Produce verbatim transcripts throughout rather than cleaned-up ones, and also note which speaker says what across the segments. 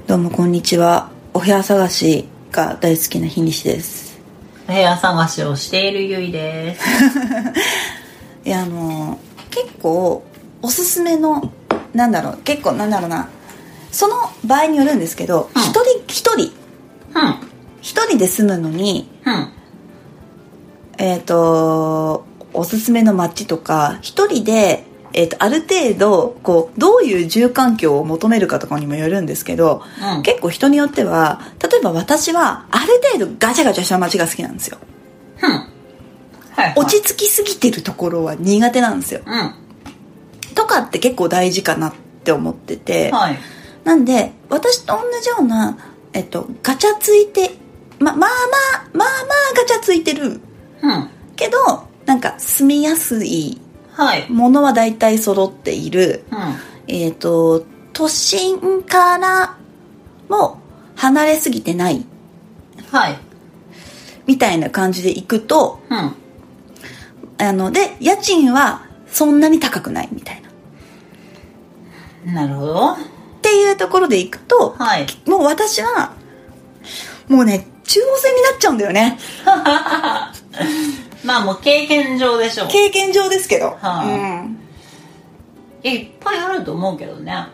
Speaker 1: どうもこんにちは。お部屋探しが大好きな日西です。
Speaker 2: お部屋探しをしているゆいです。
Speaker 1: いやあの結構おすすめのなんだろう結構なんだろうなその場合によるんですけど、
Speaker 2: うん、
Speaker 1: 一人一人一、うん、人で住むのに、
Speaker 2: うん、
Speaker 1: えっ、ー、とおすすめの街とか一人でえー、とある程度こうどういう住環境を求めるかとかにもよるんですけど、うん、結構人によっては例えば私はある程度ガチャガチャした街が好きなんですよ、
Speaker 2: うんはいはい、
Speaker 1: 落ち着きすぎてるところは苦手なんですよ、
Speaker 2: うん、
Speaker 1: とかって結構大事かなって思ってて、
Speaker 2: はい、
Speaker 1: なんで私と同じような、えっと、ガチャついてま、まあまあまあまあガチャついてる、
Speaker 2: うん、
Speaker 1: けどなんか住みやすい
Speaker 2: はい、
Speaker 1: ものは大体揃っている、
Speaker 2: うん、
Speaker 1: えーと、都心からも離れすぎてない、
Speaker 2: はい、
Speaker 1: みたいな感じで行くと、
Speaker 2: うん、
Speaker 1: あので家賃はそんなに高くないみたい
Speaker 2: な。なるほど。
Speaker 1: っていうところで行くと、
Speaker 2: はい、
Speaker 1: もう私はもうね中央線になっちゃうんだよね。
Speaker 2: まあもう経験上でしょう。
Speaker 1: 経験上ですけど、
Speaker 2: はあ
Speaker 1: うん、
Speaker 2: いっぱいあると思うけどね。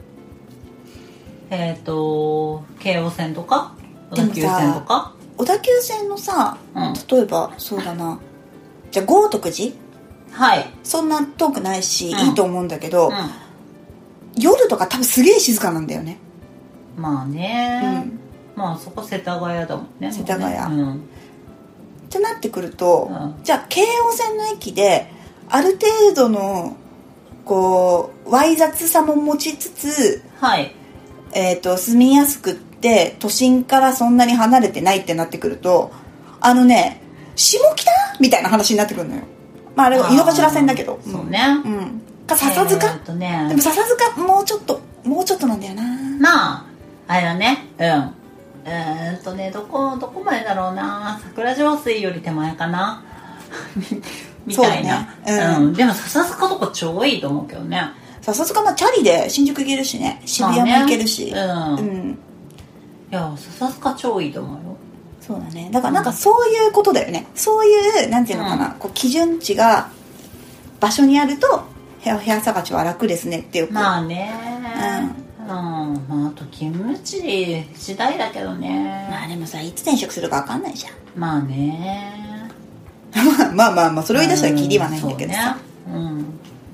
Speaker 2: えっ、ー、と京王線とか小田急線とか。
Speaker 1: 小田急線のさ、うん、例えばそうだなじゃあ豪徳寺、
Speaker 2: はい、
Speaker 1: そんな遠くないし、うん、いいと思うんだけど、
Speaker 2: うん、
Speaker 1: 夜とか多分すげえ静かなんだよね。
Speaker 2: まあね、
Speaker 1: うん、
Speaker 2: まあそこ世田谷だもんね。
Speaker 1: 世田谷、
Speaker 2: ね、うん、
Speaker 1: ってなってくると、うん、じゃあ京王線の駅である程度のこうわい雑さも持ちつつ、
Speaker 2: はい、
Speaker 1: えーと、住みやすくって都心からそんなに離れてないってなってくるとあのね下北みたいな話になってくるのよ。まああれは井の頭線だけど、
Speaker 2: そうね、
Speaker 1: うん、か笹塚、えーとね、でも笹塚もうちょっともうちょっとなんだよな。
Speaker 2: まああれだね、うんえーっとねどこどこまでだろうな、桜上水より手前かなみたいな、う、ねうんうん、でも笹塚とか超いいと思うけどね。
Speaker 1: 笹塚まあチャリで新宿行けるしね、渋谷も行けるし、
Speaker 2: まあね、うん、
Speaker 1: うん、
Speaker 2: いや笹塚超いいと思うよ。
Speaker 1: そうだね、だからなんかそういうことだよね、うん、そういうなんていうのかな、うん、こう基準値が場所にあると部屋、部屋探しは楽ですねっていう。
Speaker 2: まあね、うんうんまあ、あと勤務地次第だけどね。
Speaker 1: まあでもさいつ転職するか分かんないじゃん。
Speaker 2: まあね
Speaker 1: まあまあまあそれを言い出したらキリはないんだけどさ、
Speaker 2: うんそうね、うん、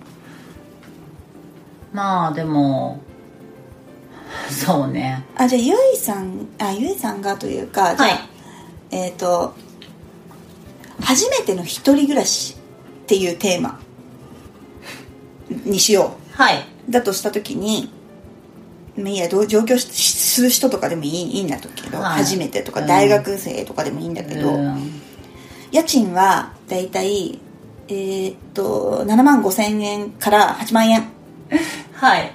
Speaker 2: まあでもそうね。
Speaker 1: あじゃあゆいさんあゆいさんがというかじゃあ、はい、えっ、ー、と初めての一人暮らしっていうテーマにしよ
Speaker 2: う。はい
Speaker 1: だとした時にいや上京する人とかでもいい、いいんだけど、はい、初めてとか大学生とかでもいいんだけど、うん、家賃はだいたいえー、っとななまんごせんえんからはちまんえん
Speaker 2: はい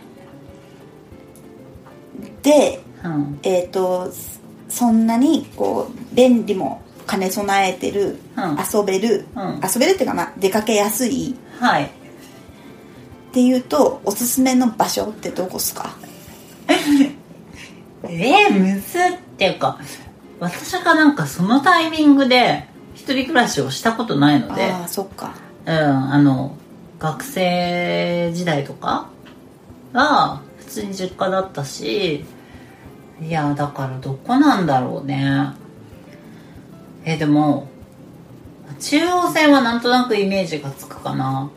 Speaker 1: で、
Speaker 2: うん、
Speaker 1: えー、っとそんなにこう便利も兼ね備えてる、うん、遊べる、うん、遊べるっていうか、まあ、出かけやすい、
Speaker 2: はい、
Speaker 1: っていうとおすすめの場所ってどこっすか？
Speaker 2: えー、むずっていうか私がなんかそのタイミングで一人暮らしをしたことないので。
Speaker 1: ああそっか、
Speaker 2: うん、あの学生時代とかは普通に実家だったし、いやだからどこなんだろうね。えでも中央線はなんとなくイメージがつくかな。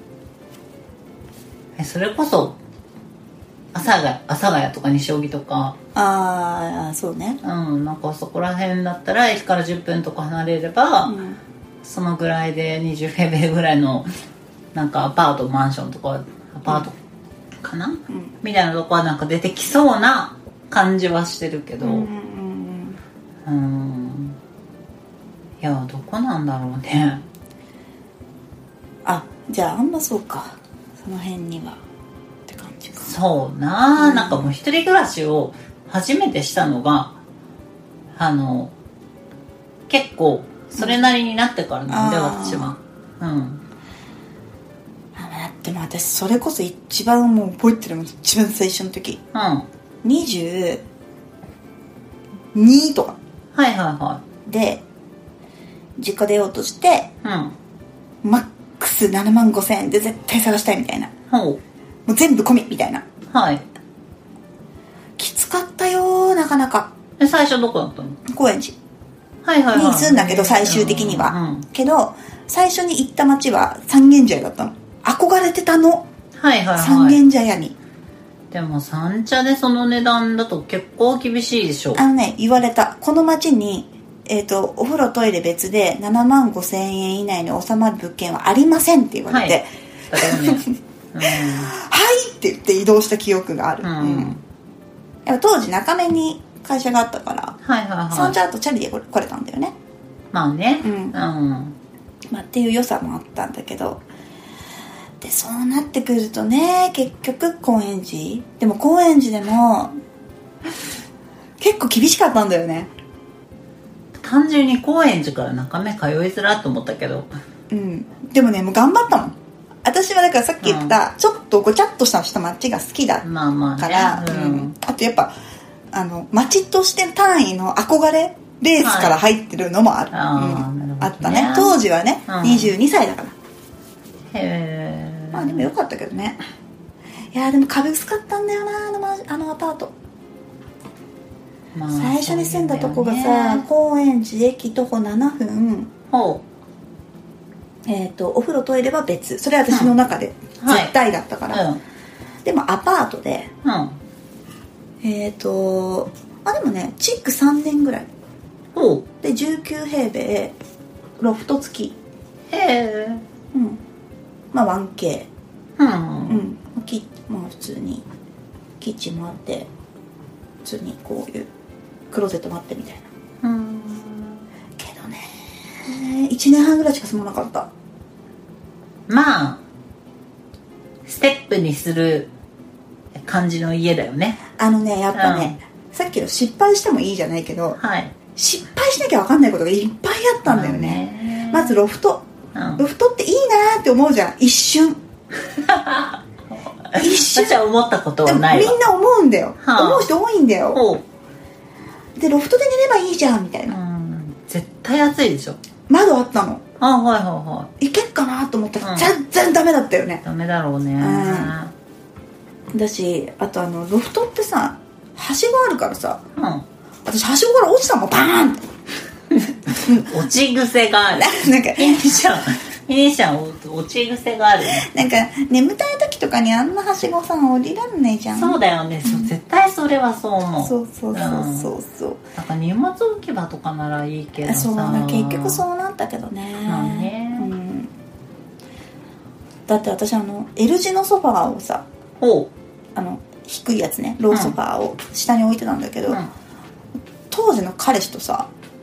Speaker 2: えそれこそ阿佐ヶ谷、阿佐ヶ谷とか西荻とか、
Speaker 1: ああそうね、
Speaker 2: うんなんかそこら辺だったら駅からじゅっぷんとか離れれば、うん、そのぐらいでにじゅう平米ぐらいのなんかアパートマンションとかアパートかな、うん、みたいなとこはなんか出てきそうな感じはしてるけど、うん、うん、いやどこなんだろうね。
Speaker 1: あじゃああんまそうかその辺にはって感じか。
Speaker 2: そうな、うん、なんかもう一人暮らしを初めてしたのがあの結構それなりになってからなんで、うん、私はうん
Speaker 1: でも私それこそ一番もう覚えてるの一番最初の時、
Speaker 2: うん、
Speaker 1: にじゅうにとか、
Speaker 2: はいはいは
Speaker 1: で実家出ようとして、
Speaker 2: い。うん。
Speaker 1: マックスななまんごせんえんで絶対探したいみたいな、
Speaker 2: ほ
Speaker 1: もう全部込みみたいな。
Speaker 2: う。はい。
Speaker 1: きつかったよなかなか。
Speaker 2: で最初どこだったの？
Speaker 1: 高円寺
Speaker 2: はいはいはい。
Speaker 1: に住んだけど、最終的には、
Speaker 2: うんうん、
Speaker 1: けど最初に行った町は三軒茶屋だったの。憧れてたの。
Speaker 2: はいはいはい。
Speaker 1: 三軒茶屋に。
Speaker 2: でも三茶でその値段だと結構厳しいでしょ。
Speaker 1: あのね、言われた。この町に、えーと、お風呂トイレ別でななまんごせんえん以内に収まる物件はありませんって言われて、はい、
Speaker 2: だよね、うん、
Speaker 1: はいって言って移動した記憶がある、うんうん、やっぱ当時中目に会社があったから、
Speaker 2: はいはいはい、
Speaker 1: 三茶だとチャリで来れたんだよね。
Speaker 2: まあね、
Speaker 1: うんうんまあ、っていう良さもあったんだけど、でそうなってくるとね、結局高円寺でも高円寺でも結構厳しかったんだよね。
Speaker 2: 単純に高円寺から中目通いづらと思ったけど、
Speaker 1: うん、でもねもう頑張ったもん。私はだからさっき言った、うん、ちょっとごちゃっとした街が好きだから、まあまあね、うんうん、あとやっぱあの街として単位の憧れベースから入ってるのもある、はいうん、あ, あったね当時はね、うん、にじゅうにさいだから。
Speaker 2: へー、
Speaker 1: まあでもよかったけどね。いやでも壁薄かったんだよな、あの、あのアパート、まあ、最初に住んだとこがさ、ね、高円寺駅徒歩ななふん、
Speaker 2: ほ
Speaker 1: う、えーと、お風呂トイレは別、それは私の中で絶対だったから、はいうん、でもアパートで、うん、えっ、ー、とあでもね築さんねんぐらいでじゅうきゅうへいべいロフト付き。
Speaker 2: へえ、
Speaker 1: うんまあ ワンケー、うんうんきまあ、普通にキッチンもあって普通にこういうクローゼットもあってみたいな。うんけどねいちねんはんぐらいしか住まなかった。
Speaker 2: まあステップにする感じの家だよね。
Speaker 1: あのねやっぱね、うん、さっきの失敗してもいいじゃないけど、
Speaker 2: はい、
Speaker 1: 失敗しなきゃ分かんないことがいっぱいあったんだよね。まずロフト、うん、ロフトっていいなって思うじゃん一瞬一瞬
Speaker 2: 私は思ったことはないわ。
Speaker 1: でもみんな思うんだよ、はあ、思う人多いんだよ。でロフトで寝ればいいじゃんみたいな、うん、
Speaker 2: 絶対暑いでしょ。
Speaker 1: 窓あったの。
Speaker 2: あはいはいはい。
Speaker 1: いけるかなと思ったら、うん、全然ダメだったよね。
Speaker 2: ダメだろうね、
Speaker 1: うん、だしあとあのロフトってさはしごあるからさ、うん、私はしごから落ちたもんバーンって
Speaker 2: 落ち癖がある
Speaker 1: なんか
Speaker 2: いいじゃんいいじゃん落ち癖がある、ね、
Speaker 1: なんか眠たい時とかにあんなはしごさん降りらんないじゃん。
Speaker 2: そうだよね、うん、絶対それはそう思う。
Speaker 1: そうそうそうそうそう、うん、
Speaker 2: だから荷物置き場とかならいいけどさ。
Speaker 1: そうな結局そうなったけどね。
Speaker 2: まあね、うん、
Speaker 1: だって私あの L 字のソファーをさあの低いやつねローソファーを下に置いてたんだけど、うん、当時の彼氏とさ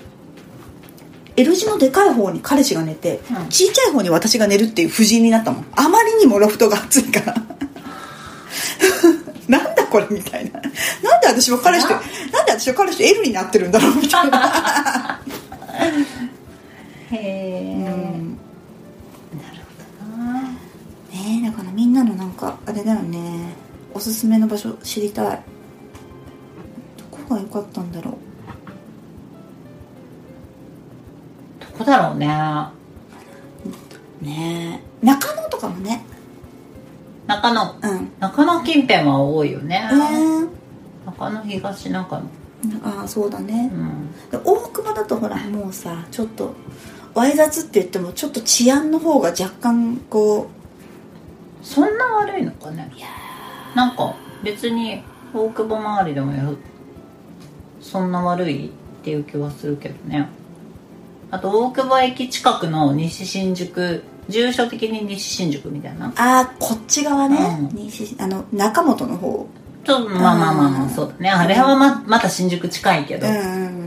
Speaker 1: L 字のでかい方に彼氏が寝て、うん、ちっちゃい方に私が寝るっていう布陣になったもん。あまりにもロフトが暑いからなんだこれみたいな。なんで私は彼氏となんで私は彼氏と L になってるんだろうみたいな
Speaker 2: へえ、うん、なるほどな。
Speaker 1: ねえだからみんなのなんかあれだよね、おすすめの場所知りたい。どこが良かったんだろう。
Speaker 2: どこだろうね。
Speaker 1: ねえ中野とかもね。
Speaker 2: 中野、うん、中野近辺は多いよね、えー、中野東中野。
Speaker 1: ああそうだね、うん、で大久保だとほらもうさちょっとわい雑って言ってもちょっと治安の方が若干こ
Speaker 2: うそんな悪いのかね。いやなんか別に大久保周りでもやそんな悪いっていう気はするけどね。あと大久保駅近くの西新宿、住所的に西新宿みたいな。
Speaker 1: ああこっち側ね、うん、西あの中本の方
Speaker 2: ちょっとまあまあまあまあそうだね。あれは ま, また新宿近いけど、うん、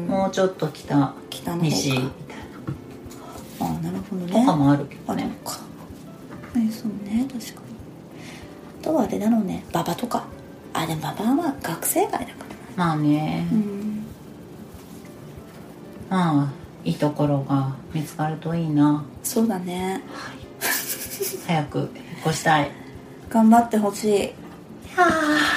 Speaker 2: もうちょっと北
Speaker 1: 北の
Speaker 2: 西みたいな。
Speaker 1: ああなるほどね。
Speaker 2: とかもあるけどね。
Speaker 1: あるか、えそうね確かに。あとはあれだろうね馬場とか。あでも馬場は学生街だから。
Speaker 2: まあね、うん、まあいいところが見つかるといいな。
Speaker 1: そうだね、はい、
Speaker 2: 早く引っ越したい。
Speaker 1: 頑張ってほしい。
Speaker 2: はあ